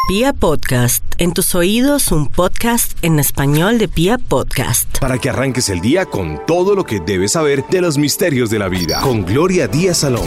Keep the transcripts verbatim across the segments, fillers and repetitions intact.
Pia Podcast, en tus oídos un podcast en español de Pia Podcast. Para que arranques el día con todo lo que debes saber de los misterios de la vida. Con Gloria Díaz Salón.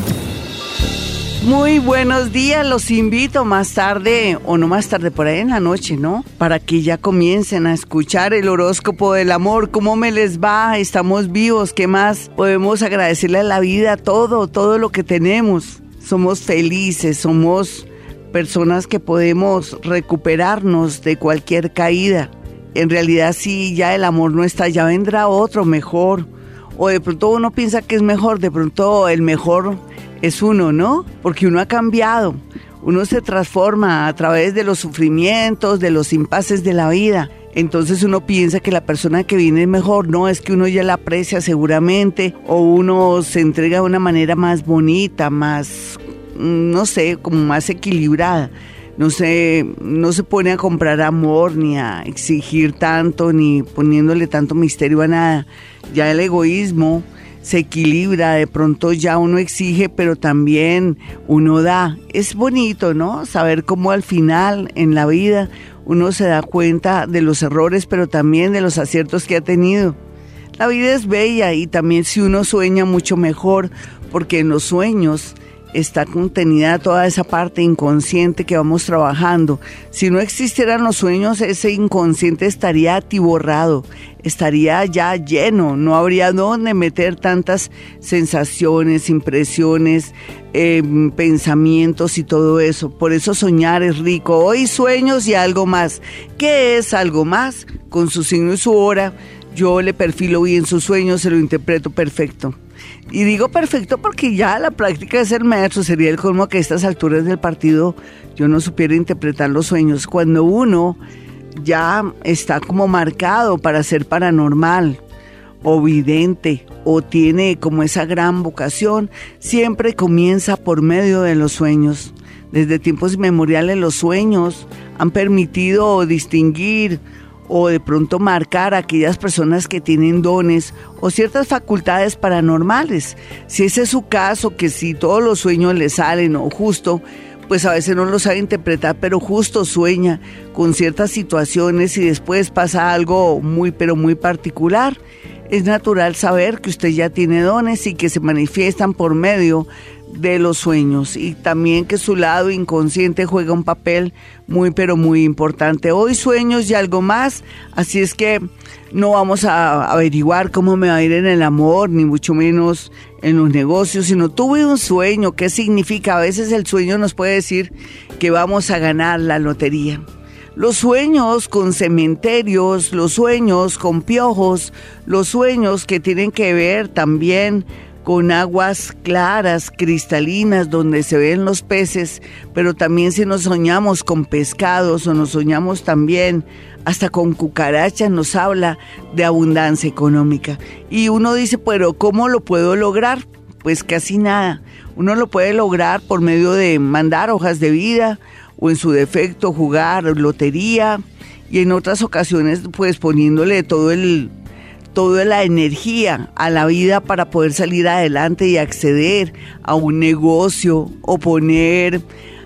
Muy buenos días, los invito más tarde, o no más tarde, por ahí en la noche, ¿no? Para que ya comiencen a escuchar el horóscopo del amor, cómo me les va, estamos vivos, ¿qué más? Podemos agradecerle a la vida todo, todo lo que tenemos. Somos felices, somos personas que podemos recuperarnos de cualquier caída. En realidad, si ya el amor no está, ya vendrá otro mejor. O de pronto uno piensa que es mejor, de pronto el mejor es uno, ¿no? Porque uno ha cambiado, uno se transforma a través de los sufrimientos, de los impases de la vida. Entonces uno piensa que la persona que viene es mejor, no, es que uno ya la aprecia seguramente, o uno se entrega de una manera más bonita, más, no sé, como más equilibrada. No se, no se pone a comprar amor, ni a exigir tanto, ni poniéndole tanto misterio a nada. Ya el egoísmo se equilibra, de pronto ya uno exige, pero también uno da. Es bonito, ¿no? Saber cómo al final en la vida uno se da cuenta de los errores, pero también de los aciertos que ha tenido. La vida es bella y también si uno sueña mucho mejor, porque en los sueños está contenida toda esa parte inconsciente que vamos trabajando. Si no existieran los sueños, ese inconsciente estaría atiborrado, estaría ya lleno, no habría dónde meter tantas sensaciones, impresiones, eh, pensamientos y todo eso. Por eso soñar es rico. Hoy sueños y algo más. ¿Qué es algo más? Con su signo y su hora, yo le perfilo bien sus sueños, se lo interpreto perfecto. Y digo perfecto porque ya la práctica de ser maestro sería el colmo que a estas alturas del partido yo no supiera interpretar los sueños. Cuando uno ya está como marcado para ser paranormal o vidente o tiene como esa gran vocación, siempre comienza por medio de los sueños. Desde tiempos inmemoriales los sueños han permitido distinguir o de pronto marcar a aquellas personas que tienen dones o ciertas facultades paranormales. Si ese es su caso, que si todos los sueños le salen o justo, pues a veces no lo sabe interpretar, pero justo sueña con ciertas situaciones y después pasa algo muy pero muy particular. Es natural saber que usted ya tiene dones y que se manifiestan por medio de los sueños, y también que su lado inconsciente juega un papel muy pero muy importante. Hoy sueños y algo más, así es que no vamos a averiguar cómo me va a ir en el amor, ni mucho menos en los negocios, sino tuve un sueño. ¿Qué significa? A veces el sueño nos puede decir que vamos a ganar la lotería. Los sueños con cementerios, los sueños con piojos, los sueños que tienen que ver también con aguas claras, cristalinas, donde se ven los peces, pero también si nos soñamos con pescados o nos soñamos también hasta con cucarachas, nos habla de abundancia económica. Y uno dice, pero ¿cómo lo puedo lograr? Pues casi nada. Uno lo puede lograr por medio de mandar hojas de vida o en su defecto jugar lotería, y en otras ocasiones pues poniéndole todo el toda la energía a la vida para poder salir adelante y acceder a un negocio o poner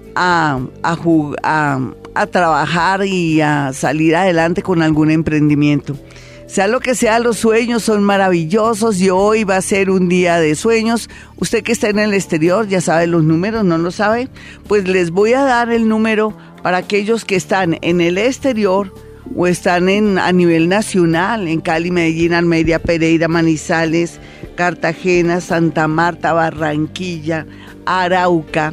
a, a, jug- a, a trabajar y a salir adelante con algún emprendimiento. Sea lo que sea, los sueños son maravillosos y hoy va a ser un día de sueños. Usted que está en el exterior ya sabe los números, ¿no lo sabe? Pues les voy a dar el número para aquellos que están en el exterior o están en, a nivel nacional, en Cali, Medellín, Almería, Pereira, Manizales, Cartagena, Santa Marta, Barranquilla, Arauca,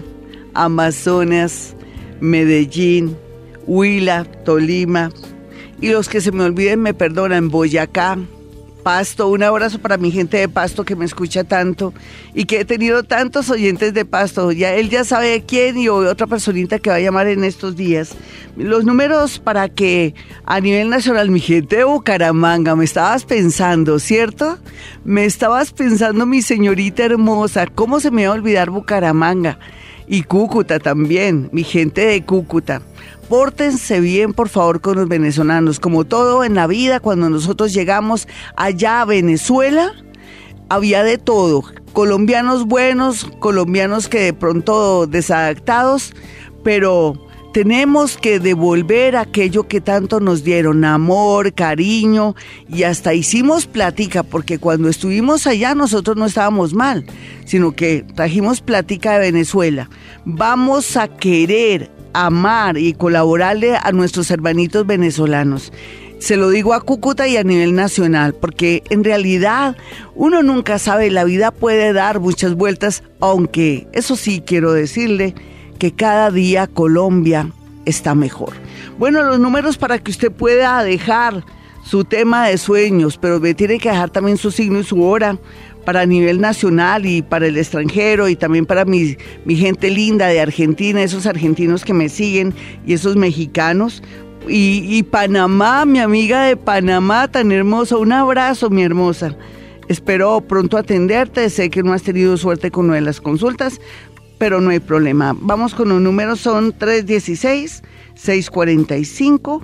Amazonas, Medellín, Huila, Tolima, y los que se me olviden me perdonan, Boyacá, Pasto. Un abrazo para mi gente de Pasto que me escucha tanto y que he tenido tantos oyentes de Pasto. Ya él ya sabe quién y otra personita que va a llamar en estos días. Los números para que a nivel nacional, mi gente de Bucaramanga, me estabas pensando, ¿cierto? Me estabas pensando, mi señorita hermosa, ¿cómo se me va a olvidar Bucaramanga? Y Cúcuta también, mi gente de Cúcuta. Pórtense bien, por favor, con los venezolanos. Como todo en la vida, cuando nosotros llegamos allá a Venezuela, había de todo. Colombianos buenos, colombianos que de pronto desadaptados, pero tenemos que devolver aquello que tanto nos dieron, amor, cariño, y hasta hicimos plática, porque cuando estuvimos allá nosotros no estábamos mal, sino que trajimos plática de Venezuela. Vamos a querer, amar y colaborarle a nuestros hermanitos venezolanos. Se lo digo a Cúcuta y a nivel nacional, porque en realidad uno nunca sabe, la vida puede dar muchas vueltas, aunque eso sí quiero decirle, que cada día Colombia está mejor. Bueno, los números para que usted pueda dejar su tema de sueños, pero me tiene que dejar también su signo y su hora para nivel nacional y para el extranjero, y también para mi, mi gente linda de Argentina, esos argentinos que me siguen y esos mexicanos. Y, y Panamá, mi amiga de Panamá tan hermosa, un abrazo, mi hermosa. Espero pronto atenderte, sé que no has tenido suerte con una de las consultas, pero no hay problema. Vamos con los números, son tres uno seis, seis cuatro cinco,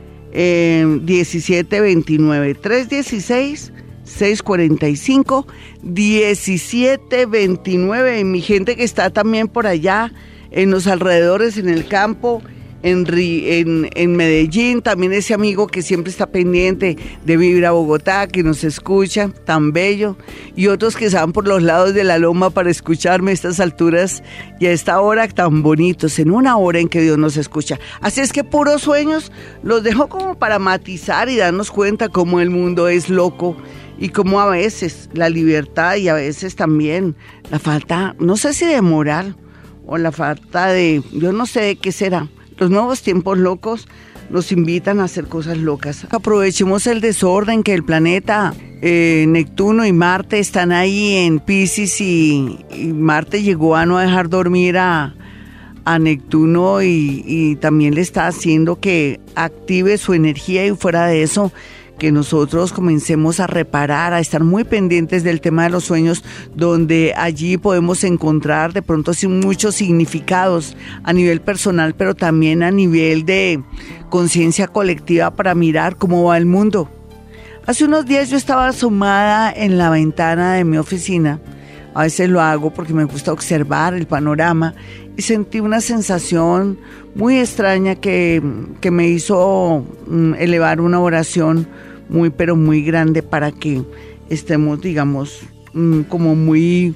diecisiete veintinueve. tres uno seis, seis cuatro cinco, diecisiete veintinueve. Y mi gente que está también por allá, en los alrededores, en el campo, En, en, en Medellín, también ese amigo que siempre está pendiente de Vibra Bogotá, que nos escucha, tan bello, y otros que se van por los lados de la loma para escucharme a estas alturas y a esta hora tan bonitos, en una hora en que Dios nos escucha. Así es que puros sueños, los dejo como para matizar y darnos cuenta cómo el mundo es loco y cómo a veces la libertad y a veces también la falta, no sé si de moral o la falta de, yo no sé de qué será. Los nuevos tiempos locos nos invitan a hacer cosas locas. Aprovechemos el desorden que el planeta eh, Neptuno y Marte están ahí en Piscis, y, y Marte llegó a no dejar dormir a, a Neptuno y, y también le está haciendo que active su energía, y fuera de eso, que nosotros comencemos a reparar, a estar muy pendientes del tema de los sueños, donde allí podemos encontrar de pronto sí, muchos significados a nivel personal, pero también a nivel de conciencia colectiva para mirar cómo va el mundo. Hace unos días yo estaba asomada en la ventana de mi oficina, a veces lo hago porque me gusta observar el panorama, y sentí una sensación muy extraña que, que me hizo mm, elevar una oración muy pero muy grande para que estemos, digamos, mm, como muy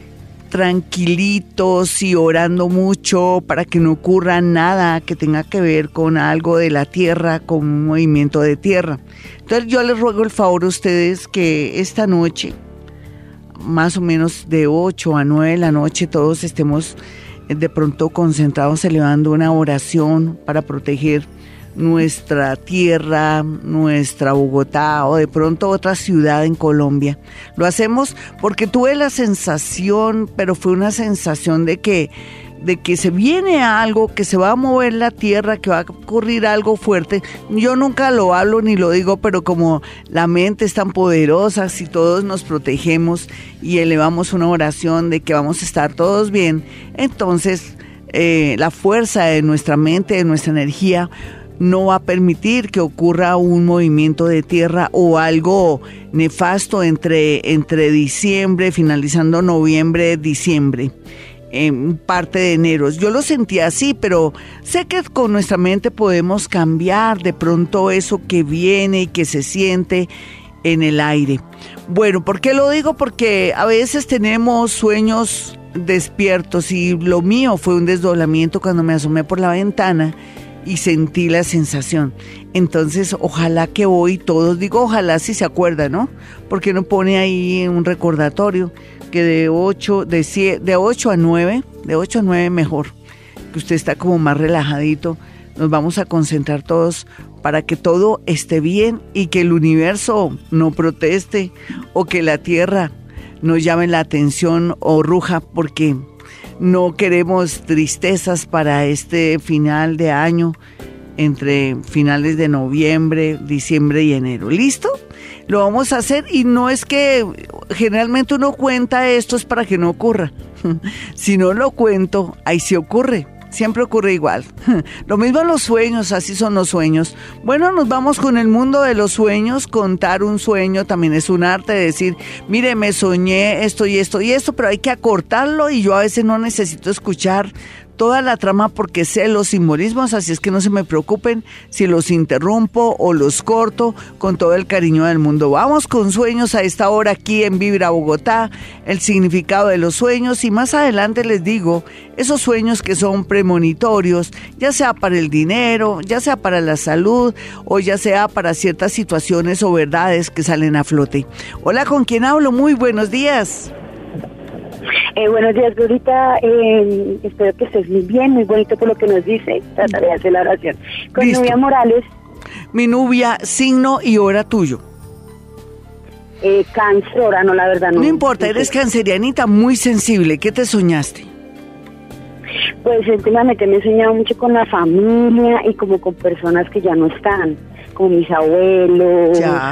tranquilitos y orando mucho para que no ocurra nada que tenga que ver con algo de la tierra, con un movimiento de tierra. Entonces yo les ruego el favor a ustedes que esta noche, más o menos de ocho a nueve de la noche, todos estemos de pronto concentrados elevando una oración para proteger nuestra tierra, nuestra Bogotá o de pronto otra ciudad en Colombia. Lo hacemos porque tuve la sensación, pero fue una sensación de que de que se viene algo, que se va a mover la tierra, que va a ocurrir algo fuerte. Yo nunca lo hablo ni lo digo, pero como la mente es tan poderosa, si todos nos protegemos y elevamos una oración de que vamos a estar todos bien, entonces eh, la fuerza de nuestra mente, de nuestra energía, no va a permitir que ocurra un movimiento de tierra o algo nefasto entre, entre diciembre, finalizando noviembre, diciembre. En parte de enero. Yo lo sentí así, pero sé que con nuestra mente podemos cambiar de pronto eso que viene y que se siente en el aire. Bueno, ¿por qué lo digo? Porque a veces tenemos sueños despiertos, y lo mío fue un desdoblamiento cuando me asomé por la ventana y sentí la sensación. Entonces, ojalá que hoy todos, digo ojalá si se acuerdan, ¿no? Porque no pone ahí un recordatorio que de ocho, de siete, de ocho a nueve, de ocho a nueve mejor, que usted está como más relajadito. Nos vamos a concentrar todos para que todo esté bien y que el universo no proteste o que la tierra no llame la atención o ruja, porque no queremos tristezas para este final de año, entre finales de noviembre, diciembre y enero. ¿Listo? Lo vamos a hacer, y no es que generalmente uno cuenta esto es para que no ocurra. Si no lo cuento, ahí sí ocurre. Siempre ocurre igual. Lo mismo en los sueños, así son los sueños. Bueno, nos vamos con el mundo de los sueños. Contar un sueño también es un arte, decir, mire, me soñé esto y esto y esto, pero hay que acortarlo, y yo a veces no necesito escuchar toda la trama porque sé los simbolismos, así es que no se me preocupen si los interrumpo o los corto, con todo el cariño del mundo. Vamos con sueños a esta hora aquí en Vibra Bogotá, el significado de los sueños, y más adelante les digo esos sueños que son premonitorios, ya sea para el dinero, ya sea para la salud o ya sea para ciertas situaciones o verdades que salen a flote. Hola, ¿con quién hablo? Muy buenos días. Eh, buenos días, Glorita. Eh, espero que estés muy bien, muy bonito por lo que nos dice. Trataré de hacer la oración. Con Listo. Nubia Morales. Mi Nubia, signo y hora tuyo. Eh, cáncer, hora, no, la verdad no. No importa, no eres sé. cancerianita, muy sensible. ¿Qué te soñaste? Pues últimamente me he soñado mucho con la familia y como con personas que ya no están, como mis abuelos. Ya.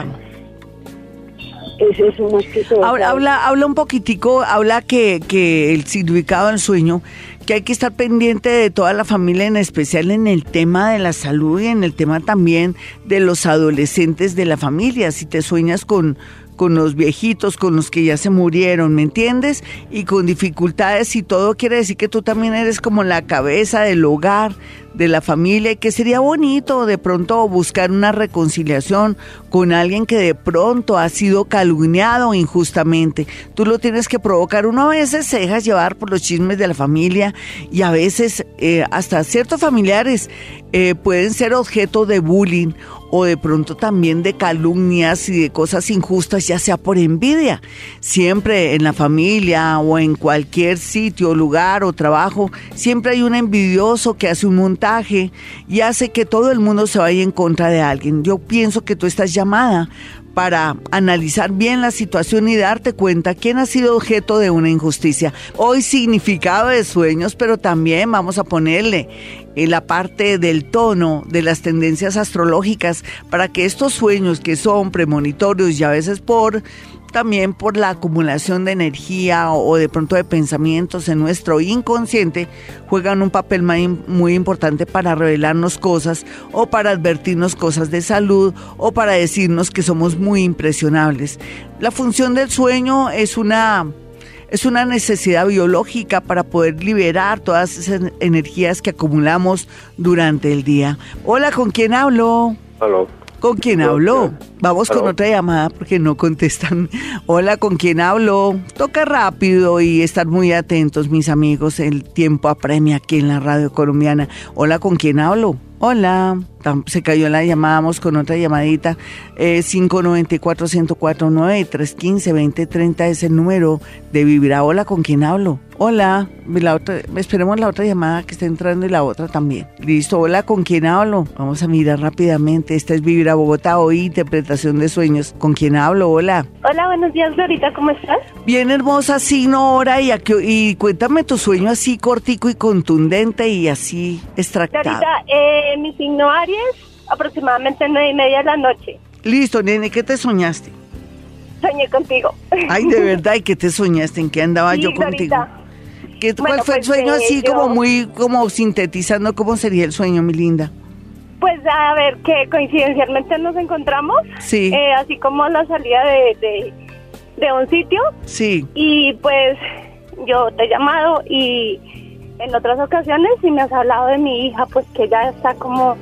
Es eso más que todo. Habla, habla, habla un poquitico, habla que, que el significado del sueño, que hay que estar pendiente de toda la familia, en especial en el tema de la salud y en el tema también de los adolescentes de la familia. Si te sueñas con, con los viejitos, con los que ya se murieron, ¿me entiendes? Y con dificultades y todo, quiere decir que tú también eres como la cabeza del hogar, de la familia, y que sería bonito de pronto buscar una reconciliación con alguien que de pronto ha sido calumniado injustamente. Tú lo tienes que provocar. Uno a veces se deja llevar por los chismes de la familia y a veces eh, hasta ciertos familiares eh, pueden ser objeto de bullying o de pronto también de calumnias y de cosas injustas, ya sea por envidia. Siempre en la familia o en cualquier sitio, lugar o trabajo, siempre hay un envidioso que hace un montaje y hace que todo el mundo se vaya en contra de alguien. Yo pienso que tú estás llamada para analizar bien la situación y darte cuenta quién ha sido objeto de una injusticia. Hoy significado de sueños, pero también vamos a ponerle en la parte del tono de las tendencias astrológicas para que estos sueños que son premonitorios y a veces por también por la acumulación de energía o de pronto de pensamientos en nuestro inconsciente, juegan un papel muy importante para revelarnos cosas o para advertirnos cosas de salud o para decirnos que somos muy impresionables. La función del sueño es una, es una necesidad biológica para poder liberar todas esas energías que acumulamos durante el día. Hola, ¿con quién hablo? Aló. ¿Con quién habló? Vamos Aló. con otra llamada porque no contestan. Hola, ¿con quién habló? Toca rápido y estar muy atentos, mis amigos. El tiempo apremia aquí en la radio colombiana. Hola, ¿con quién hablo? Hola. Se cayó la llamada, vamos con otra llamadita. Eh, cinco nueve cuatro, uno cero cuatro nueve, tres uno cinco, dos cero tres cero es el número de Vibra. Hola, ¿con quién hablo? Hola. La otra, esperemos la otra llamada que está entrando y la otra también. Listo. Hola, ¿con quién hablo? Vamos a mirar rápidamente. Esta es Vibra Bogotá, hoy interpretación de sueños. ¿Con quién hablo? Hola. Hola, buenos días, Glorita, ¿cómo estás? Bien, hermosa, signo, hora y, aquí, y cuéntame tu sueño así cortico y contundente y así extractado. Glorita, eh, mi signo Aries, aproximadamente nueve y media de la noche. Listo, nene, ¿qué te soñaste? Soñé contigo. Ay, de verdad, ¿y qué te soñaste? ¿En qué andaba Sí, yo contigo? Glorita. ¿Qué, ¿Cuál Bueno, fue el pues, sueño eh, así yo- como muy, como sintetizando cómo sería el sueño, mi linda? Pues a ver, que coincidencialmente nos encontramos, Sí, eh, así como a la salida de, de, de un sitio, sí, y pues yo te he llamado y en otras ocasiones y me has hablado de mi hija, pues que ella está como,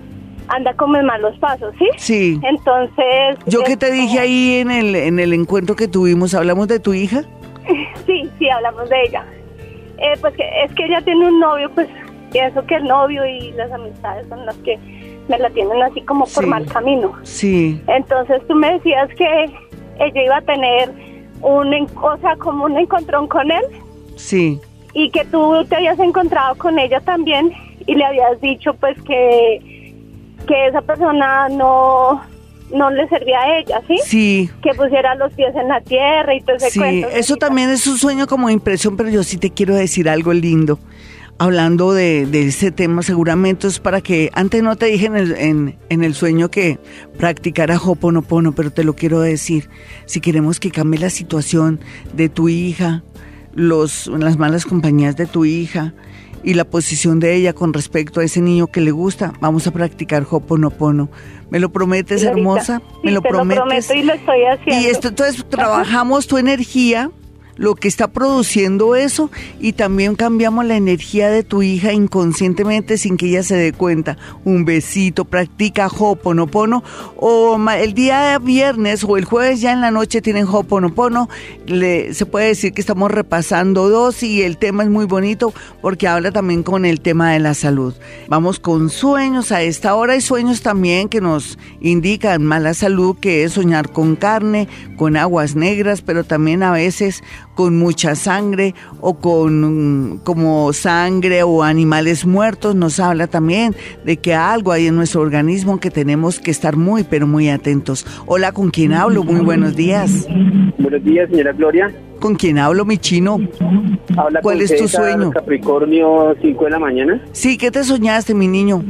anda como en malos pasos, ¿sí? sí. Entonces... Yo que es te dije como- ahí en el, en el encuentro que tuvimos, ¿hablamos de tu hija? Sí, sí, hablamos de ella. Eh, pues que es que ella tiene un novio, pues pienso que el novio y las amistades son las que me la tienen así como por Sí. mal camino. Sí, Entonces tú me decías que ella iba a tener un, en- o sea, como un encontrón con él sí, y que tú te habías encontrado con ella también y le habías dicho pues que, que esa persona no, no le servía a ella, ¿sí? sí. Que pusiera los pies en la tierra y todo ese Sí, cuento. eso también es un sueño como impresión, pero yo sí te quiero decir algo lindo. Hablando de, de ese tema, seguramente es para que, antes no te dije en el, en, en el sueño que practicara Ho'oponopono, pero te lo quiero decir. Si queremos que cambie la situación de tu hija, los, las malas compañías de tu hija y la posición de ella con respecto a ese niño que le gusta, vamos a practicar Ho'oponopono. ¿Me lo prometes, Señorita, hermosa? sí, ¿Me lo te prometes? lo prometo y lo estoy haciendo. Y esto, entonces trabajamos tu energía, lo que está produciendo eso, y también cambiamos la energía de tu hija inconscientemente sin que ella se dé cuenta. Un besito, practica Ho'oponopono, o el día viernes o el jueves ya en la noche tienen Ho'oponopono. Le, se puede decir que estamos repasando dos y el tema es muy bonito porque habla también con el tema de la salud. Vamos con sueños a esta hora. Hay sueños también que nos indican mala salud, que es soñar con carne, con aguas negras, pero también a veces con mucha sangre o con como sangre o animales muertos. Nos habla también de que algo hay en nuestro organismo que tenemos que estar muy, pero muy atentos. Hola, ¿con quién hablo? Muy buenos días. Buenos días, señora Gloria. ¿Con quién hablo, mi chino? Habla ¿Cuál con es tu César, sueño? Capricornio, cinco de la mañana. Sí, ¿qué te soñaste, mi niño?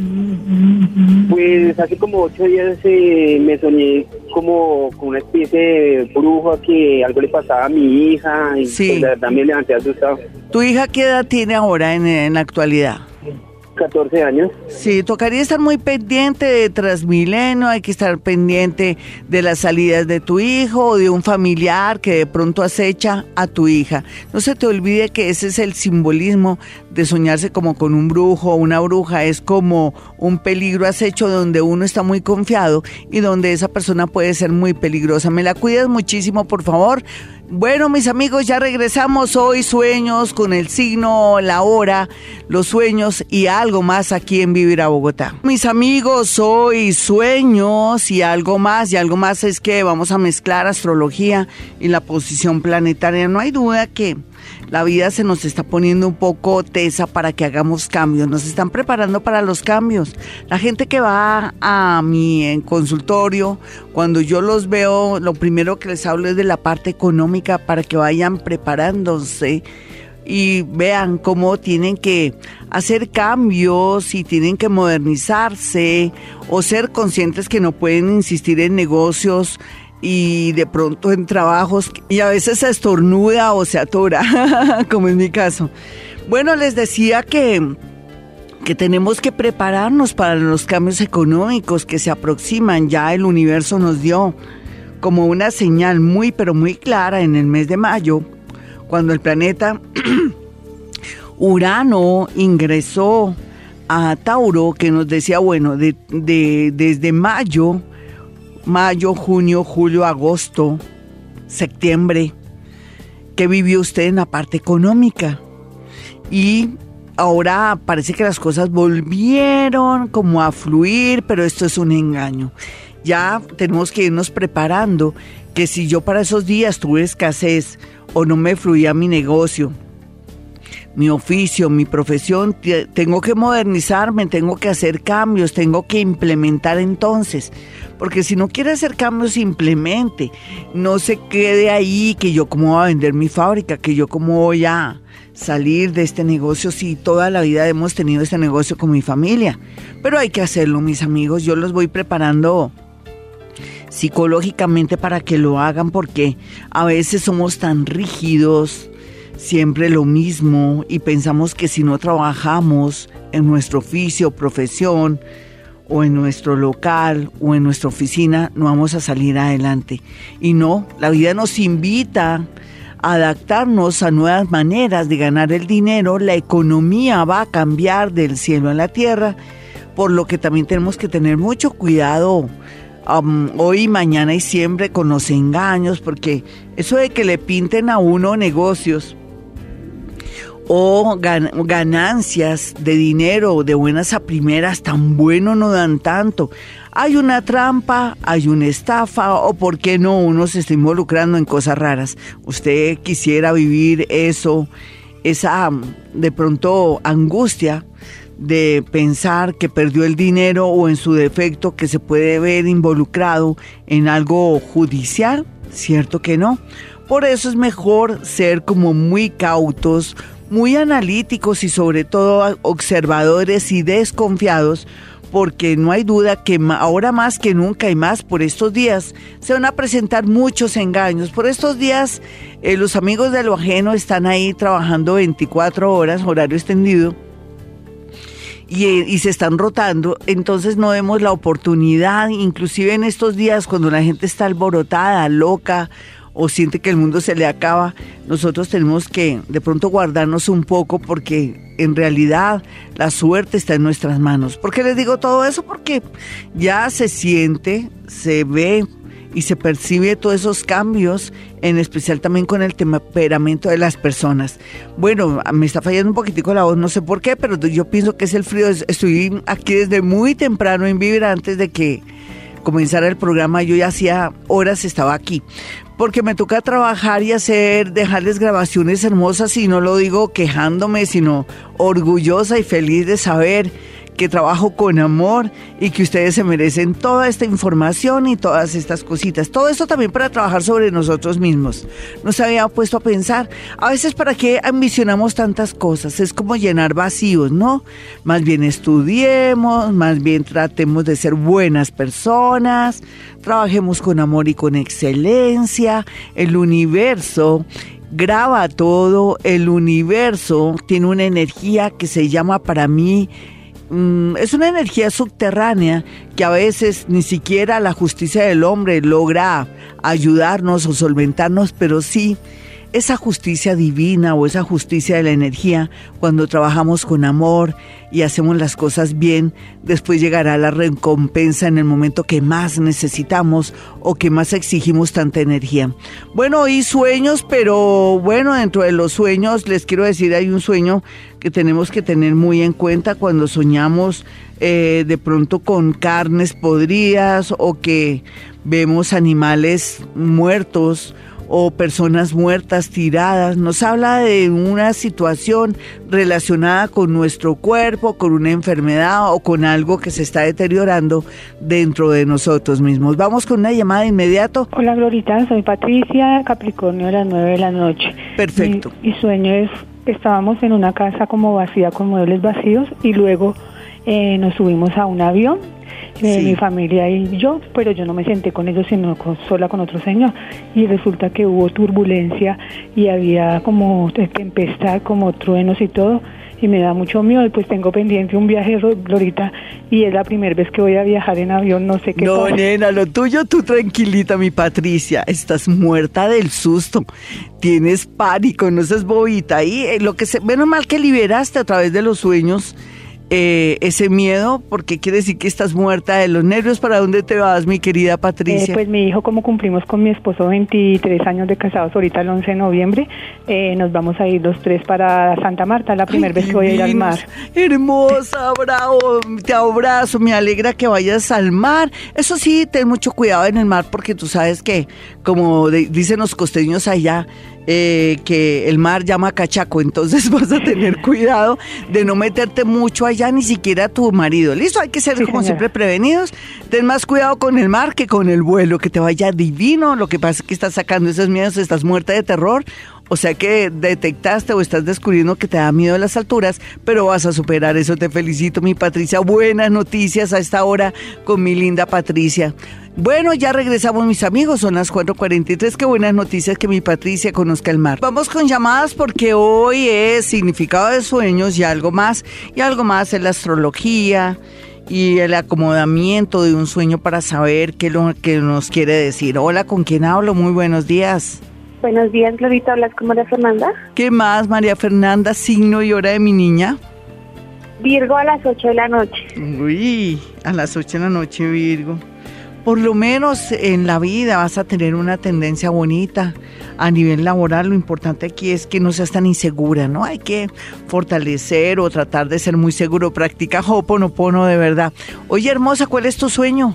Pues hace como ocho días eh, me soñé como con una especie de bruja, que algo le pasaba a mi hija y Sí. pues, la verdad me levanté asustado. ¿Tu hija qué edad tiene ahora en, en la actualidad? catorce años. Sí, tocaría estar muy pendiente de Transmilenio, hay que estar pendiente de las salidas de tu hijo o de un familiar que de pronto acecha a tu hija. No se te olvide que ese es el simbolismo de soñarse como con un brujo o una bruja, es como un peligro acecho donde uno está muy confiado y donde esa persona puede ser muy peligrosa. Me la cuidas muchísimo, por favor. Bueno, mis amigos, ya regresamos hoy, sueños con el signo, la hora, los sueños y algo más aquí en Vivir a Bogotá. Mis amigos, hoy sueños y algo más, y algo más es que vamos a mezclar astrología y la posición planetaria. No hay duda que la vida se nos está poniendo un poco tesa para que hagamos cambios, nos están preparando para los cambios. La gente que va a mi en consultorio, cuando yo los veo, lo primero que les hablo es de la parte económica para que vayan preparándose y vean cómo tienen que hacer cambios y tienen que modernizarse o ser conscientes que no pueden insistir en negocios y de pronto en trabajos y a veces se estornuda o se atora, como en mi caso. Bueno, les decía que, que tenemos que prepararnos para los cambios económicos que se aproximan. Ya el universo nos dio como una señal muy, pero muy clara en el mes de mayo, cuando el planeta Urano ingresó a Tauro, que nos decía, bueno, de, de, desde mayo, mayo, junio, julio, agosto, septiembre, ¿qué vivió usted en la parte económica? Y ahora parece que las cosas volvieron como a fluir, pero esto es un engaño. Ya tenemos que irnos preparando, que si yo para esos días tuve escasez o no me fluía mi negocio, mi oficio, mi profesión, tengo que modernizarme, tengo que hacer cambios, tengo que implementar entonces, porque si no quiere hacer cambios, implemente, no se quede ahí que yo cómo voy a vender mi fábrica, que yo cómo voy a salir de este negocio si toda la vida hemos tenido este negocio con mi familia. Pero hay que hacerlo, mis amigos, yo los voy preparando psicológicamente para que lo hagan, porque a veces somos tan rígidos, siempre lo mismo, y pensamos que si no trabajamos en nuestro oficio, profesión, o en nuestro local, o en nuestra oficina, no vamos a salir adelante. Y no, la vida nos invita a adaptarnos a nuevas maneras de ganar el dinero. La economía va a cambiar del cielo a la tierra, por lo que también tenemos que tener mucho cuidado Um, hoy, mañana y siempre con los engaños, porque eso de que le pinten a uno negocios o gan- ganancias de dinero de buenas a primeras, tan bueno no dan tanto. Hay una trampa, hay una estafa, o por qué no uno se está involucrando en cosas raras. Usted quisiera vivir eso, esa de pronto angustia de pensar que perdió el dinero, o en su defecto que se puede ver involucrado en algo judicial. Cierto que no. Por eso es mejor ser como muy cautos, muy analíticos y sobre todo observadores y desconfiados, porque no hay duda que ahora más que nunca y más por estos días se van a presentar muchos engaños. Por estos días eh, los amigos de lo ajeno están ahí trabajando veinticuatro horas, horario extendido, Y, y se están rotando, entonces no vemos la oportunidad, inclusive en estos días cuando la gente está alborotada, loca o siente que el mundo se le acaba, nosotros tenemos que de pronto guardarnos un poco porque en realidad la suerte está en nuestras manos. ¿Por qué les digo todo eso? Porque ya se siente, se ve y se percibe todos esos cambios, en especial también con el temperamento de las personas. Bueno, me está fallando un poquitico la voz, no sé por qué, pero yo pienso que es el frío. Estoy aquí desde muy temprano en Vibra, antes de que comenzara el programa. Yo ya hacía horas estaba aquí, porque me toca trabajar y hacer, dejarles grabaciones hermosas, y no lo digo quejándome, sino orgullosa y feliz de saber que trabajo con amor y que ustedes se merecen toda esta información y todas estas cositas. Todo esto también para trabajar sobre nosotros mismos. No se había puesto a pensar, a veces para qué ambicionamos tantas cosas, es como llenar vacíos, ¿no? Más bien estudiemos, más bien tratemos de ser buenas personas, trabajemos con amor y con excelencia. El universo graba todo, el universo tiene una energía que se llama, para mí, es una energía subterránea que a veces ni siquiera la justicia del hombre logra ayudarnos o solventarnos, pero sí esa justicia divina o esa justicia de la energía, cuando trabajamos con amor y hacemos las cosas bien, después llegará la recompensa en el momento que más necesitamos o que más exigimos tanta energía. Bueno, y sueños, pero bueno, dentro de los sueños les quiero decir, hay un sueño que tenemos que tener muy en cuenta cuando soñamos eh, de pronto con carnes podridas, o que vemos animales muertos o personas muertas tiradas. Nos habla de una situación relacionada con nuestro cuerpo, con una enfermedad o con algo que se está deteriorando dentro de nosotros mismos. Vamos con una llamada de inmediato. Hola Glorita, soy Patricia, Capricornio, a las nueve de la noche. Perfecto. Mi, mi sueño es, estábamos en una casa como vacía, con muebles vacíos, y luego eh, nos subimos a un avión, Eh, sí. mi familia y yo, pero yo no me senté con ellos, sino con, sola con otro señor, y resulta que hubo turbulencia y había como tempestad, como truenos y todo, y me da mucho miedo, y pues tengo pendiente un viaje, Glorita, y es la primera vez que voy a viajar en avión, no sé qué No, pasa. nena, lo tuyo, tú tranquilita, mi Patricia, estás muerta del susto, tienes pánico, no seas bobita, y eh, lo que se, menos mal que liberaste a través de los sueños Eh, ese miedo, porque quiere decir que estás muerta de los nervios. ¿Para dónde te vas, mi querida Patricia? Eh, pues mi hijo, como cumplimos con mi esposo veintitrés años de casados ahorita el once de noviembre, eh, nos vamos a ir los tres para Santa Marta, la primera vez que voy a ir al mar. Hermosa, bravo, te abrazo, me alegra que vayas al mar. Eso sí, ten mucho cuidado en el mar, porque tú sabes que, como de, dicen los costeños allá, Eh, que el mar llama cachaco, entonces vas a tener cuidado de no meterte mucho allá, ni siquiera a tu marido. ¿Listo? Hay que ser, sí, como señora, siempre prevenidos. Ten más cuidado con el mar que con el vuelo, que te vaya divino. Lo que pasa es que estás sacando esos miedos, estás muerta de terror. O sea que detectaste o estás descubriendo que te da miedo a las alturas, pero vas a superar eso. Te felicito, mi Patricia. Buenas noticias a esta hora con mi linda Patricia. Bueno, ya regresamos, mis amigos, son las cuatro cuarenta y tres. Qué buenas noticias que mi Patricia conozca el mar. Vamos con llamadas, porque hoy es significado de sueños y algo más. Y algo más es la astrología y el acomodamiento de un sueño para saber qué, lo, qué nos quiere decir. Hola, ¿con quién hablo? Muy buenos días. Buenos días, Glorita, ¿hablas con María Fernanda? ¿Qué más, María Fernanda? Signo y hora de mi niña. Virgo, a las ocho de la noche. Uy, a las ocho de la noche, Virgo. Por lo menos en la vida vas a tener una tendencia bonita a nivel laboral. Lo importante aquí es que no seas tan insegura, ¿no? Hay que fortalecer o tratar de ser muy seguro. Practica Ho'oponopono de verdad. Oye, hermosa, ¿cuál es tu sueño?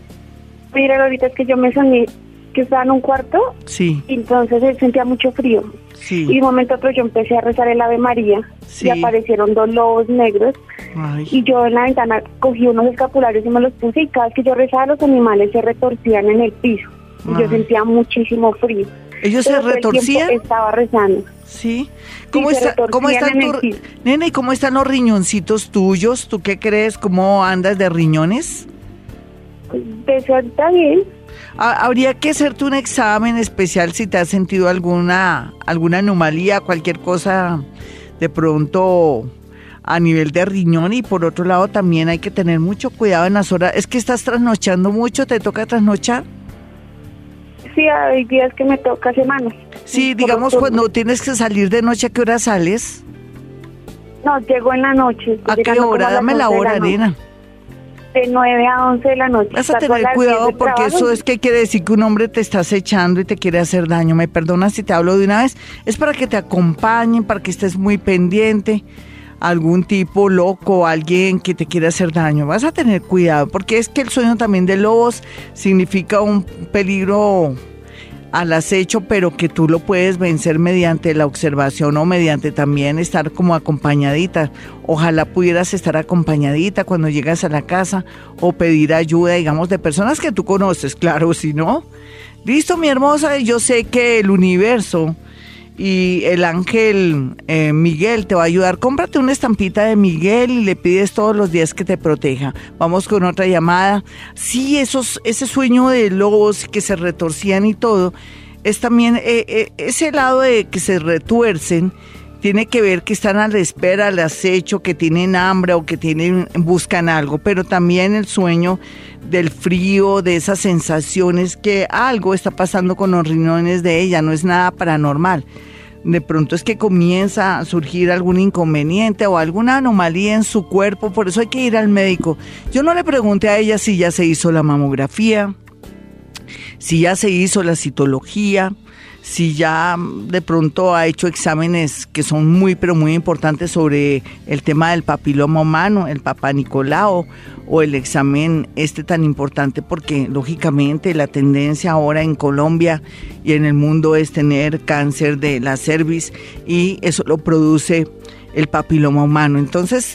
Mira, ahorita es que yo me soñé que estaba en un cuarto, sí, y entonces sentía mucho frío, sí, y de un momento a otro yo empecé a rezar el Ave María, sí, y aparecieron dos lobos negros. Ay. Y yo en la ventana cogí unos escapularios y me los puse, y cada vez que yo rezaba los animales se retorcían en el piso. Ay. Y yo sentía muchísimo frío. ¿Ellos Pero se retorcían? Estaba rezando. Sí. ¿Cómo, sí, está, ¿cómo están tu, nena, y cómo están los riñoncitos tuyos? ¿Tú qué crees? ¿Cómo andas de riñones? De eso está bien. Habría que hacerte un examen especial si te has sentido alguna alguna anomalía, cualquier cosa de pronto a nivel de riñón. Y por otro lado también hay que tener mucho cuidado en las horas. Es que estás trasnochando mucho, ¿te toca trasnochar? sí, hay días que me toca semanas. Sí, digamos, cuando tienes que salir de noche, ¿a qué hora sales? No, llego en la noche. ¿A qué hora? Dame la hora, nena. De nueve a once de la noche. Vas a tener cuidado porque eso es que quiere decir que un hombre te está acechando y te quiere hacer daño. Me perdonas si te hablo de una vez. Es para que te acompañen, para que estés muy pendiente. Algún tipo loco, alguien que te quiera hacer daño. Vas a tener cuidado porque es que el sueño también de lobos significa un peligro al acecho, pero que tú lo puedes vencer mediante la observación o mediante también estar como acompañadita. Ojalá pudieras estar acompañadita cuando llegas a la casa o pedir ayuda, digamos, de personas que tú conoces, claro, si no. Listo, mi hermosa, yo sé que el universo y el ángel eh, Miguel te va a ayudar. Cómprate una estampita de Miguel y le pides todos los días que te proteja. Vamos con otra llamada. Sí, esos, ese sueño de lobos que se retorcían y todo, es también eh, eh, ese lado de que se retuercen, tiene que ver que están a la espera, al acecho, que tienen hambre o que tienen, buscan algo, pero también el sueño del frío, de esas sensaciones que algo está pasando con los riñones de ella, no es nada paranormal. De pronto es que comienza a surgir algún inconveniente o alguna anomalía en su cuerpo, por eso hay que ir al médico. Yo no le pregunté a ella si ya se hizo la mamografía, si ya se hizo la citología, si ya de pronto ha hecho exámenes que son muy, pero muy importantes sobre el tema del papiloma humano, el Papá Nicolau, o el examen este tan importante, porque lógicamente la tendencia ahora en Colombia y en el mundo es tener cáncer de la cervix y eso lo produce el papiloma humano. Entonces,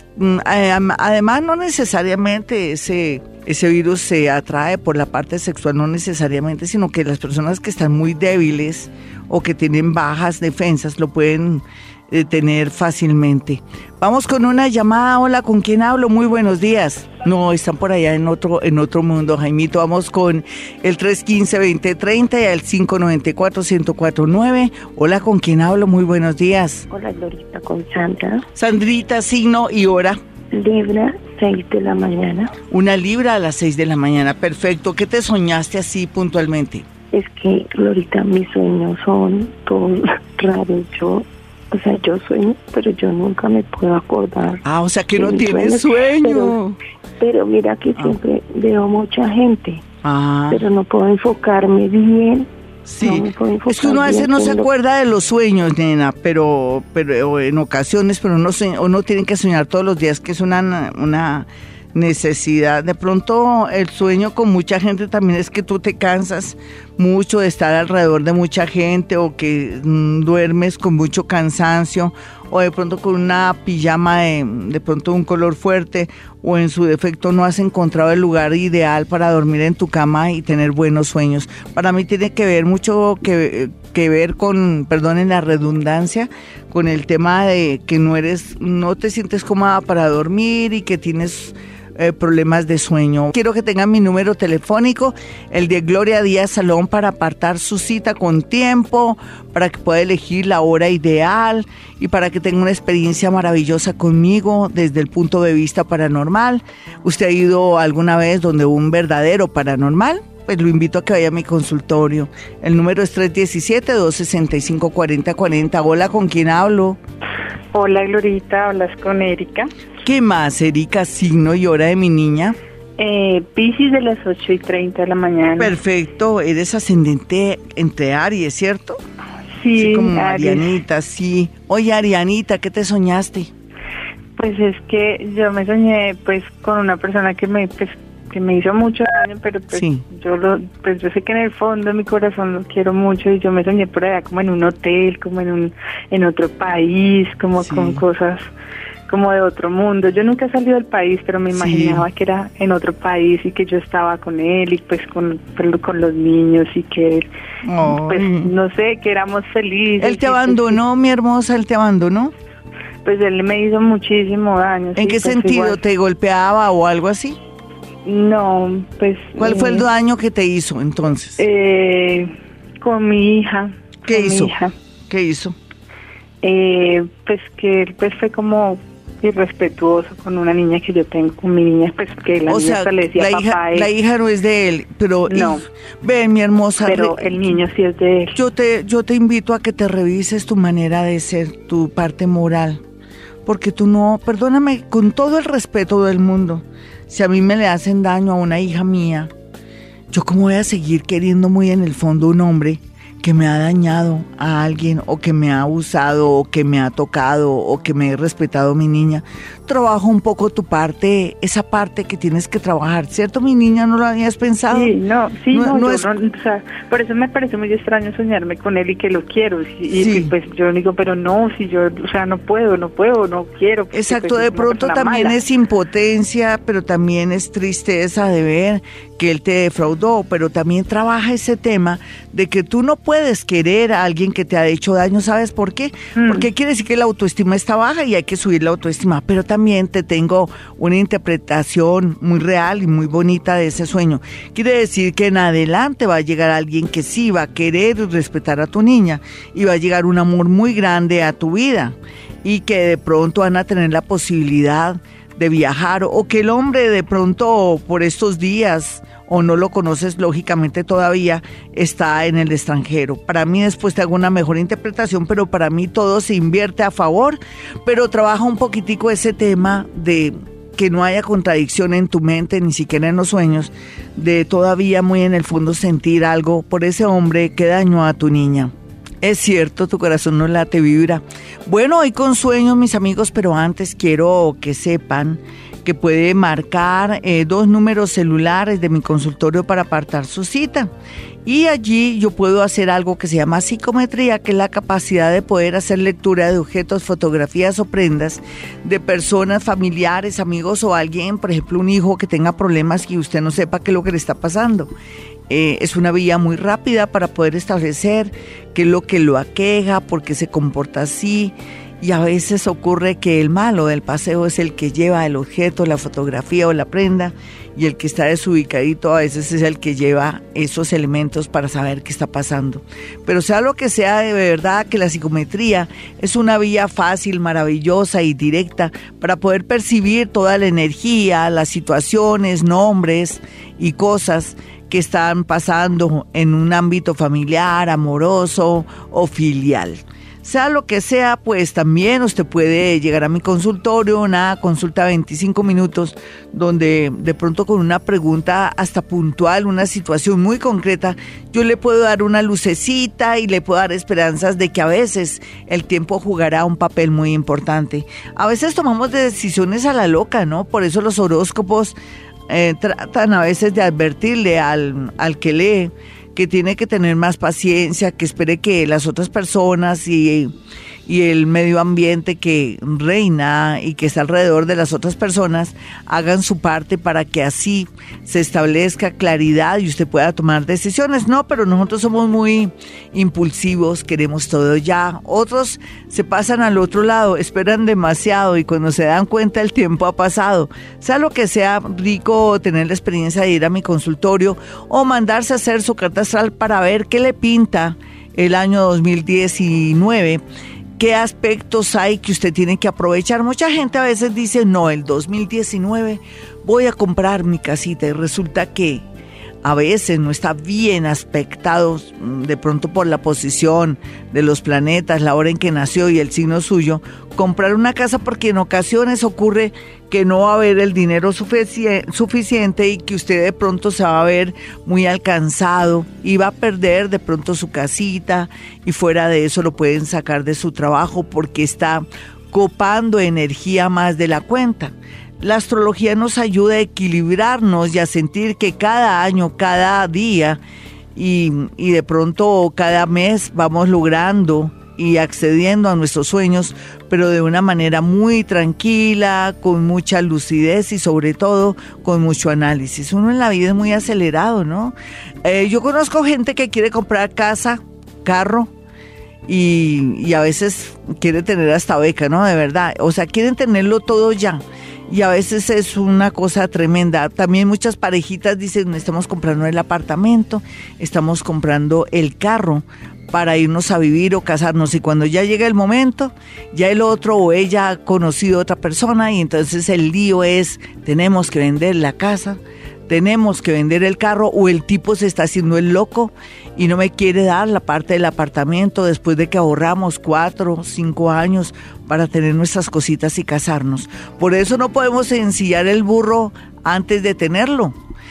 además no necesariamente ese... Ese virus se atrae por la parte sexual, no necesariamente, sino que las personas que están muy débiles o que tienen bajas defensas lo pueden eh, tener fácilmente. Vamos con una llamada. Hola, ¿con quién hablo? Muy buenos días. No, están por allá en otro en otro mundo, Jaimito. Vamos con el tres uno cinco, dos cero tres cero y el cinco nueve cuatro, uno cero cuatro nueve. Hola, ¿con quién hablo? Muy buenos días. Hola, Glorita, con Sandra. Sandrita, signo y hora. Libra, seis de la mañana. Una Libra a las seis de la mañana, perfecto. ¿Qué te soñaste así puntualmente? Es que, Glorita, mis sueños son todos raros. Yo, o sea, yo sueño, pero yo nunca me puedo acordar. Ah, o sea que no tienes sueño. Pero, pero mira que ah. siempre veo mucha gente, ah. pero no puedo enfocarme bien. Sí, no es que uno a veces no se acuerda de los sueños, nena, pero pero en ocasiones, pero no se, uno tiene que soñar todos los días, que es una, una necesidad. De pronto el sueño con mucha gente también es que tú te cansas mucho de estar alrededor de mucha gente o que mmm, duermes con mucho cansancio o de pronto con una pijama de, de pronto un color fuerte o en su defecto no has encontrado el lugar ideal para dormir en tu cama y tener buenos sueños. Para mí tiene que ver mucho que, que ver con, perdonen la redundancia, con el tema de que no eres, no te sientes cómoda para dormir y que tienes Eh, problemas de sueño. Quiero que tengan mi número telefónico, el de Gloria Díaz Salón, para apartar su cita con tiempo, para que pueda elegir la hora ideal y para que tenga una experiencia maravillosa conmigo desde el punto de vista paranormal. ¿Usted ha ido alguna vez donde un verdadero paranormal? Pues lo invito a que vaya a mi consultorio. El número es tres uno siete, dos seis cinco, cuatro cero cuatro cero. Hola, ¿con quién hablo? Hola, Glorita, hablas con Erika. ¿Qué más, Erika? Signo y hora de mi niña. Eh, Piscis de las ocho y treinta de la mañana. Perfecto, eres ascendente entre Aries, ¿cierto? Sí, sí, como Aries. Arianita, sí. Oye, Arianita, ¿qué te soñaste? Pues es que yo me soñé pues con una persona que me pues, que me hizo mucho daño, pero pues sí. yo lo pues yo sé que en el fondo de mi corazón lo quiero mucho y yo me soñé por allá como en un hotel, como en un en otro país, como sí. con cosas como de otro mundo. Yo nunca he salido del país, pero me imaginaba sí. que era en otro país y que yo estaba con él y pues con, con los niños y que oh. pues no sé, que éramos felices. ¿Él te abandonó, pues, mi hermosa? ¿Él te abandonó? Pues él me hizo muchísimo daño. ¿En sí, qué pues sentido? Igual. ¿Te golpeaba o algo así? No, pues... ¿Cuál eh, fue el daño que te hizo entonces? Eh, con mi hija. ¿Qué con hizo? Mi hija. ¿Qué hizo? Eh, pues que él pues fue como irrespetuoso con una niña que yo tengo, con mi niña, pues que la o niña sea, le decía la papá hija, él. La hija no es de él, pero no. Ven, mi hermosa. Pero re, el niño sí es de él. Yo te, yo te invito a que te revises tu manera de ser, tu parte moral, porque tú no, perdóname, con todo el respeto del mundo, si a mí me le hacen daño a una hija mía, yo cómo voy a seguir queriendo muy en el fondo un hombre que me ha dañado a alguien, o que me ha abusado, o que me ha tocado, o que me he respetado a mi niña. Trabaja un poco tu parte, esa parte que tienes que trabajar, ¿cierto, mi niña? ¿No lo habías pensado? Sí, no, sí, no, no, no, es... no o sea, por eso me parece muy extraño soñarme con él y que lo quiero, y, sí. y pues yo digo, pero no, si yo, o sea, no puedo, no puedo, no quiero. Porque, exacto, pues, de pronto también mala. Es impotencia, pero también es tristeza de ver que él te defraudó, pero también trabaja ese tema de que tú no puedes querer a alguien que te ha hecho daño. ¿Sabes por qué? Mm. Porque quiere decir que la autoestima está baja y hay que subir la autoestima, pero también te tengo una interpretación muy real y muy bonita de ese sueño. Quiere decir que en adelante va a llegar alguien que sí va a querer respetar a tu niña y va a llegar un amor muy grande a tu vida, y que de pronto van a tener la posibilidad de viajar, o que el hombre de pronto por estos días, o no lo conoces lógicamente todavía, está en el extranjero. Para mí después te hago una mejor interpretación, pero para mí todo se invierte a favor, pero trabaja un poquitico ese tema de que no haya contradicción en tu mente, ni siquiera en los sueños, de todavía muy en el fondo sentir algo por ese hombre que dañó a tu niña. Es cierto, tu corazón no late, vibra. Bueno, hoy con sueños, mis amigos, pero antes quiero que sepan que puede marcar eh, dos números celulares de mi consultorio para apartar su cita. Y allí yo puedo hacer algo que se llama psicometría, que es la capacidad de poder hacer lectura de objetos, fotografías o prendas de personas, familiares, amigos o alguien, por ejemplo, un hijo que tenga problemas y usted no sepa qué es lo que le está pasando. Eh, es una vía muy rápida para poder establecer qué es lo que lo aqueja, por qué se comporta así. Y a veces ocurre que el malo del paseo es el que lleva el objeto, la fotografía o la prenda, y el que está desubicadito a veces es el que lleva esos elementos para saber qué está pasando. Pero sea lo que sea, de verdad que la psicometría es una vía fácil, maravillosa y directa para poder percibir toda la energía, las situaciones, nombres y cosas que están pasando en un ámbito familiar, amoroso o filial. Sea lo que sea, pues también usted puede llegar a mi consultorio, una consulta de veinticinco minutos, donde de pronto con una pregunta hasta puntual, una situación muy concreta, yo le puedo dar una lucecita y le puedo dar esperanzas de que a veces el tiempo jugará un papel muy importante. A veces tomamos decisiones a la loca, ¿no? Por eso los horóscopos eh, tratan a veces de advertirle al, al que lee que tiene que tener más paciencia, que espere que las otras personas y, y el medio ambiente que reina y que está alrededor de las otras personas hagan su parte para que así se establezca claridad y usted pueda tomar decisiones. No, pero nosotros somos muy impulsivos, queremos todo ya. Otros se pasan al otro lado, esperan demasiado y cuando se dan cuenta el tiempo ha pasado. Sea lo que sea, rico tener la experiencia de ir a mi consultorio o mandarse a hacer su carta astral para ver qué le pinta el año dos mil diecinueve. ¿Qué aspectos hay que usted tiene que aprovechar? Mucha gente a veces dice, no, el dos mil diecinueve voy a comprar mi casita, y resulta que a veces no está bien aspectado, de pronto por la posición de los planetas, la hora en que nació y el signo suyo, comprar una casa, porque en ocasiones ocurre que no va a haber el dinero sufici- suficiente y que usted de pronto se va a ver muy alcanzado y va a perder de pronto su casita, y fuera de eso lo pueden sacar de su trabajo porque está copando energía más de la cuenta. La astrología nos ayuda a equilibrarnos y a sentir que cada año, cada día y, y de pronto cada mes vamos logrando y accediendo a nuestros sueños, pero de una manera muy tranquila, con mucha lucidez y sobre todo con mucho análisis. Uno en la vida es muy acelerado, ¿no? Eh, yo conozco gente que quiere comprar casa, carro, y, y a veces quiere tener hasta beca, ¿no? De verdad, o sea, quieren tenerlo todo ya. y a veces es una cosa tremenda. También muchas parejitas dicen, estamos comprando el apartamento, estamos comprando el carro para irnos a vivir o casarnos, y cuando ya llega el momento, ya el otro o ella ha conocido a otra persona y entonces el lío es, tenemos que vender la casa, tenemos que vender el carro, o el tipo se está haciendo el loco y no me quiere dar la parte del apartamento después de que ahorramos cuatro, cinco años para tener nuestras cositas y casarnos. Por eso no podemos ensillar el burro antes de tenerlo.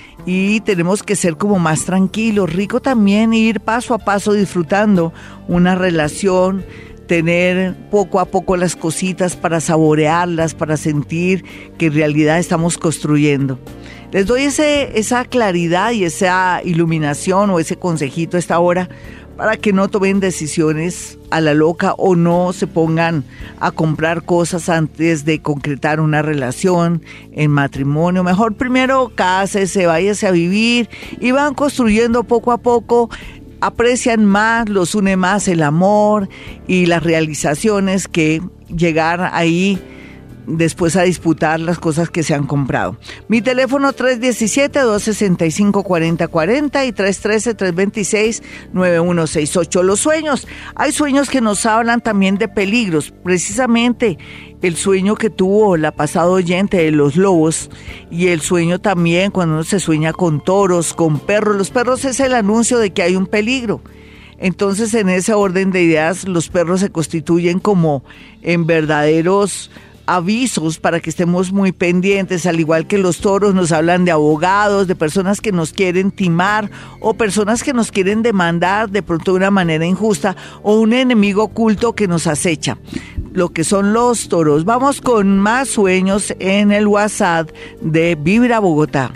Y tenemos que ser como más tranquilos, rico también ir paso a paso disfrutando una relación, tener poco a poco las cositas para saborearlas, para sentir que en realidad estamos construyendo. Les doy ese, esa claridad y esa iluminación o ese consejito a esta hora para que no tomen decisiones a la loca o no se pongan a comprar cosas antes de concretar una relación en matrimonio. Mejor primero cásese, váyase a vivir y van construyendo poco a poco. Aprecian más, los une más el amor y las realizaciones que llegar ahí después a disputar las cosas que se han comprado. Mi teléfono tres uno siete, dos seis cinco, cuatro cero cuatro cero y tres uno tres, tres dos seis, nueve uno seis ocho. Los sueños, hay sueños que nos hablan también de peligros. Precisamente el sueño que tuvo la pasada oyente de los lobos, y el sueño también cuando uno se sueña con toros, con perros. Los perros es el anuncio de que hay un peligro. Entonces, en ese orden de ideas, los perros se constituyen como en verdaderos avisos para que estemos muy pendientes, al igual que los toros nos hablan de abogados, de personas que nos quieren timar o personas que nos quieren demandar de pronto de una manera injusta, o un enemigo oculto que nos acecha, lo que son los toros. Vamos con más sueños en el WhatsApp de Vibra Bogotá.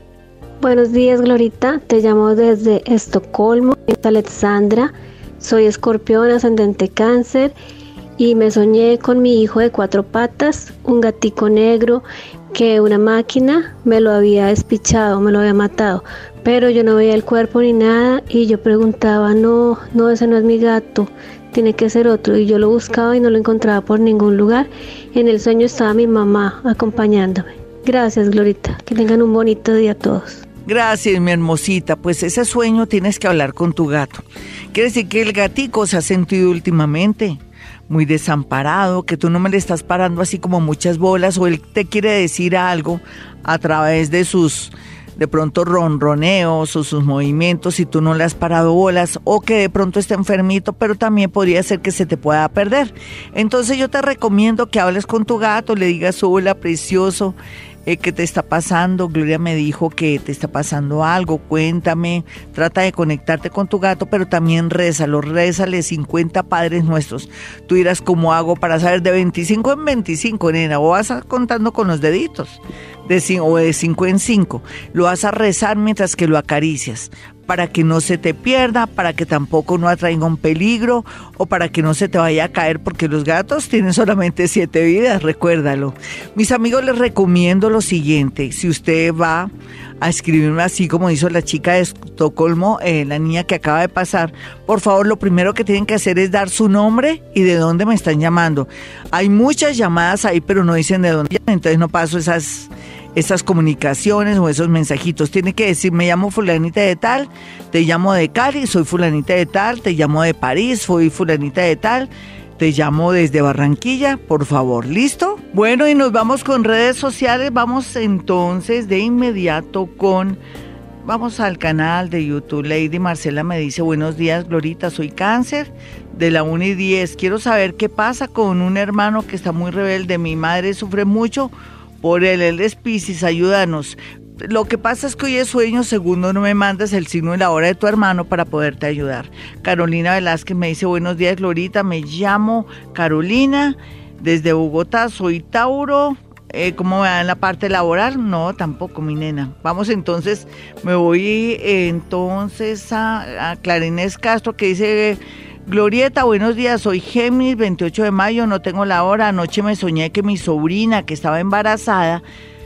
Buenos días, Glorita, te llamo desde Estocolmo, es Alexandra, soy escorpión, ascendente cáncer, y me soñé con mi hijo de cuatro patas, un gatico negro que una máquina me lo había despichado, me lo había matado, pero yo no veía el cuerpo ni nada y yo preguntaba, no, no, ese no es mi gato, tiene que ser otro, y yo lo buscaba y no lo encontraba por ningún lugar. En el sueño estaba mi mamá acompañándome. Gracias, Glorita, que tengan un bonito día todos. Gracias, mi hermosita. Pues ese sueño tienes que hablar con tu gato. Quiere decir que el gatico se ha sentido últimamente muy desamparado, que tú no me le estás parando así como muchas bolas, o él te quiere decir algo a través de sus, de pronto, ronroneos o sus movimientos, y tú no le has parado bolas, o que de pronto está enfermito, pero también podría ser que se te pueda perder. Entonces yo te recomiendo que hables con tu gato, le digas, hola, precioso, Eh, ¿qué te está pasando? Gloria me dijo que te está pasando algo, cuéntame. Trata de conectarte con tu gato, pero también rézalo, rézale cincuenta Padres Nuestros. Tú dirás, ¿cómo hago para saber? De veinticinco en veinticinco, nena, o vas a contando con los deditos, de cinco, o de cinco en cinco. Lo vas a rezar mientras que lo acaricias, para que no se te pierda, para que tampoco no atraiga un peligro, o para que no se te vaya a caer, porque los gatos tienen solamente siete vidas, recuérdalo. Mis amigos, les recomiendo lo siguiente: si usted va a escribirme así como hizo la chica de Estocolmo, eh, la niña que acaba de pasar, por favor, lo primero que tienen que hacer es dar su nombre y de dónde me están llamando. Hay muchas llamadas ahí, pero no dicen de dónde, entonces no paso esas... esas comunicaciones o esos mensajitos. Tiene que decir, me llamo fulanita de tal, te llamo de Cali, soy fulanita de tal, te llamo de París, soy fulanita de tal, te llamo desde Barranquilla, por favor, ¿listo? Bueno, y nos vamos con redes sociales. Vamos entonces de inmediato con, vamos al canal de YouTube. Lady Marcela me dice, buenos días, Glorita, soy cáncer de la uno y diez, quiero saber qué pasa con un hermano que está muy rebelde, mi madre sufre mucho por él, él es Piscis, ayúdanos. Lo que pasa es que hoy es sueño, segundo, no me mandas el signo y la hora de tu hermano para poderte ayudar. Carolina Velázquez me dice, buenos días, Glorita, me llamo Carolina, desde Bogotá, soy Tauro. Eh, ¿Cómo me va en la parte laboral? No, tampoco, mi nena. Vamos entonces, me voy eh, entonces a, a Clara Inés Castro, que dice... Glorieta, buenos días, soy Géminis, veintiocho de mayo, no tengo la hora, anoche me soñé que mi sobrina, que estaba embarazada,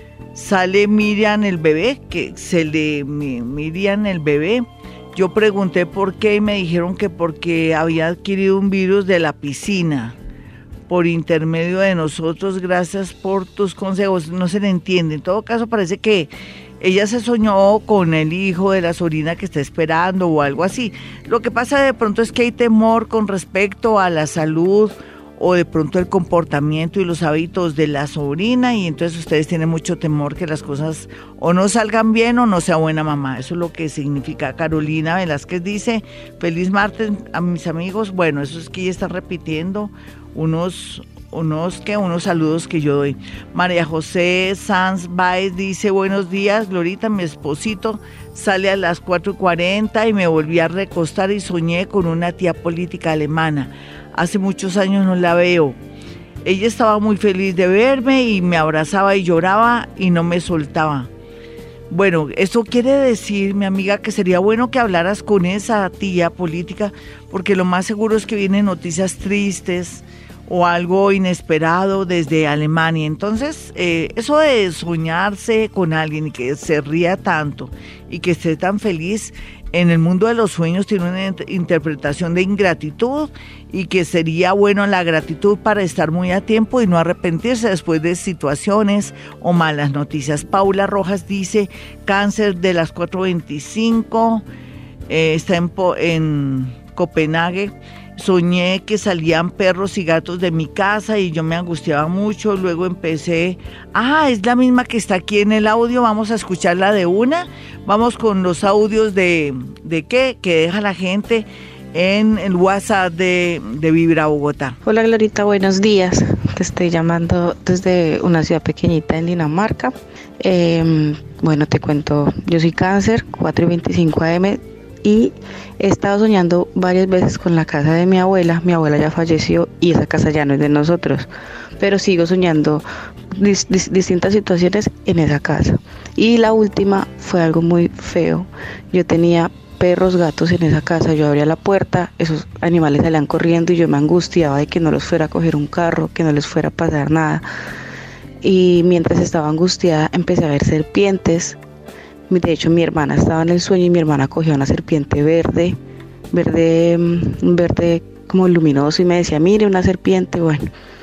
sale Miriam el bebé, que se le Miriam el bebé. Yo pregunté por qué y me dijeron que porque había adquirido un virus de la piscina. por intermedio de nosotros. Gracias por tus consejos. No se le entiende. En todo caso, parece que ella se soñó con el hijo de la sobrina que está esperando o algo así. Lo que pasa de pronto es que hay temor con respecto a la salud o de pronto el comportamiento y los hábitos de la sobrina, y entonces ustedes tienen mucho temor que las cosas o no salgan bien o no sea buena mamá. Eso es lo que significa. Carolina Velázquez dice, feliz martes a mis amigos. Bueno, eso es que ella está repitiendo unos... unos que unos saludos que yo doy. María José Sanz Baez dice, buenos días, Glorita, mi esposito sale a las cuatro y cuarenta y me volví a recostar y soñé con una tía política alemana. Hace muchos años no la veo. Ella estaba muy feliz de verme y me abrazaba y lloraba y no me soltaba. Bueno, eso quiere decir, mi amiga, que sería bueno que hablaras con esa tía política, porque lo más seguro es que vienen noticias tristes o algo inesperado desde Alemania. Entonces, eh, eso de soñarse con alguien y que se ría tanto y que esté tan feliz, en el mundo de los sueños tiene una interpretación de ingratitud, y que sería bueno la gratitud para estar muy a tiempo y no arrepentirse después de situaciones o malas noticias. Paula Rojas dice, cáncer de las cuatro veinticinco, eh, está en, en Copenhague. Soñé que salían perros y gatos de mi casa y yo me angustiaba mucho. Luego empecé, ah, es la misma que está aquí en el audio. Vamos a escucharla de una. Vamos con los audios de, ¿de qué? Que deja la gente en el WhatsApp de, de Vibra Bogotá. Hola Glorita, buenos días. Te estoy llamando desde una ciudad pequeñita en Dinamarca. Eh, bueno, te cuento, yo soy cáncer, cuatro y veinticinco A M, y he estado soñando varias veces con la casa de mi abuela. Mi abuela ya falleció y esa casa ya no es de nosotros, pero sigo soñando dis- dis- distintas situaciones en esa casa. Y la última fue algo muy feo. Yo tenía perros, gatos en esa casa. Yo abría la puerta, esos animales salían corriendo y yo me angustiaba de que no los fuera a coger un carro, que no les fuera a pasar nada. Y mientras estaba angustiada empecé a ver serpientes. De hecho, mi hermana estaba en el sueño y mi hermana cogió una serpiente verde, verde, verde como luminoso, y me decía, mire, una serpiente. Bueno,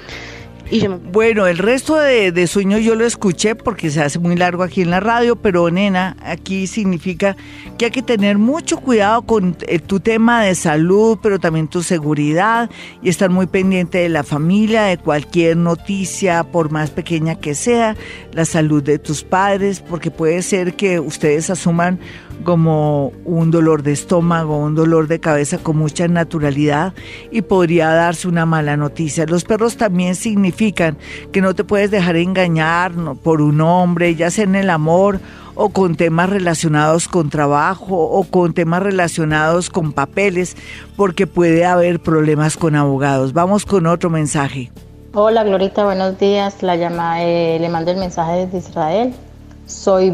y yo me... bueno, el resto de, de sueño yo lo escuché porque se hace muy largo aquí en la radio, pero nena, aquí significa que hay que tener mucho cuidado con eh, tu tema de salud, pero también tu seguridad, y estar muy pendiente de la familia, de cualquier noticia, por más pequeña que sea, la salud de tus padres, porque puede ser que ustedes asuman como un dolor de estómago, un dolor de cabeza con mucha naturalidad, y podría darse una mala noticia. Los perros también significan que no te puedes dejar engañar, ¿no?, por un hombre, ya sea en el amor o con temas relacionados con trabajo o con temas relacionados con papeles, porque puede haber problemas con abogados. Vamos con otro mensaje. Hola Glorita, buenos días. La llama, eh, le mando el mensaje desde Israel. Soy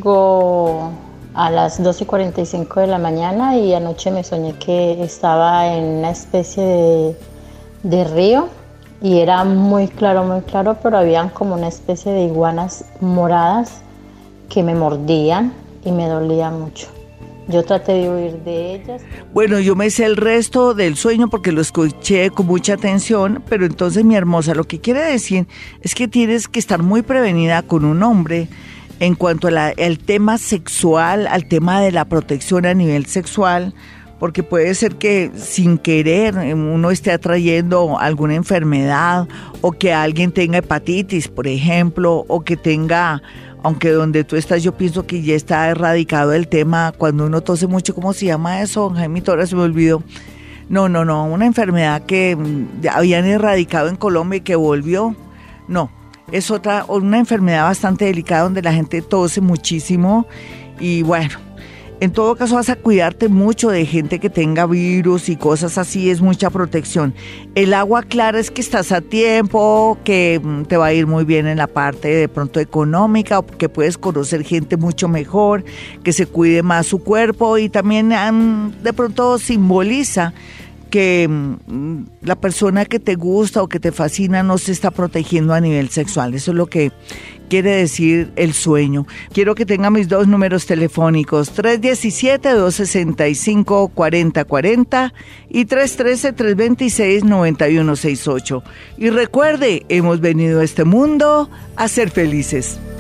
Virgo a las doce y cuarenta y cinco de la mañana y anoche me soñé que estaba en una especie de, de río y era muy claro, muy claro, pero habían como una especie de iguanas moradas que me mordían y me dolía mucho. Yo traté de huir de ellas. Bueno, yo me sé el resto del sueño porque lo escuché con mucha atención, pero entonces, mi hermosa, lo que quiere decir es que tienes que estar muy prevenida con un hombre en cuanto a la, al tema sexual, al tema de la protección a nivel sexual, porque puede ser que sin querer uno esté atrayendo alguna enfermedad, o que alguien tenga hepatitis, por ejemplo, o que tenga... Aunque donde tú estás yo pienso que ya está erradicado el tema, cuando uno tose mucho, ¿cómo se llama eso? Jaimito, ahora se me olvidó. No, no, no, una enfermedad que habían erradicado en Colombia y que volvió. No, es otra, una enfermedad bastante delicada donde la gente tose muchísimo y bueno. En todo caso vas a cuidarte mucho de gente que tenga virus y cosas así, es mucha protección. El agua clara es que estás a tiempo, que te va a ir muy bien en la parte de pronto económica, o que puedes conocer gente mucho mejor, que se cuide más su cuerpo, y también um, de pronto simboliza que um, la persona que te gusta o que te fascina no se está protegiendo a nivel sexual. Eso es lo que quiere decir el sueño. Quiero que tenga mis dos números telefónicos, tres uno siete, dos seis cinco, cuatro cero cuatro cero y tres uno tres, tres dos seis, nueve uno seis ocho. Y recuerde, hemos venido a este mundo a ser felices.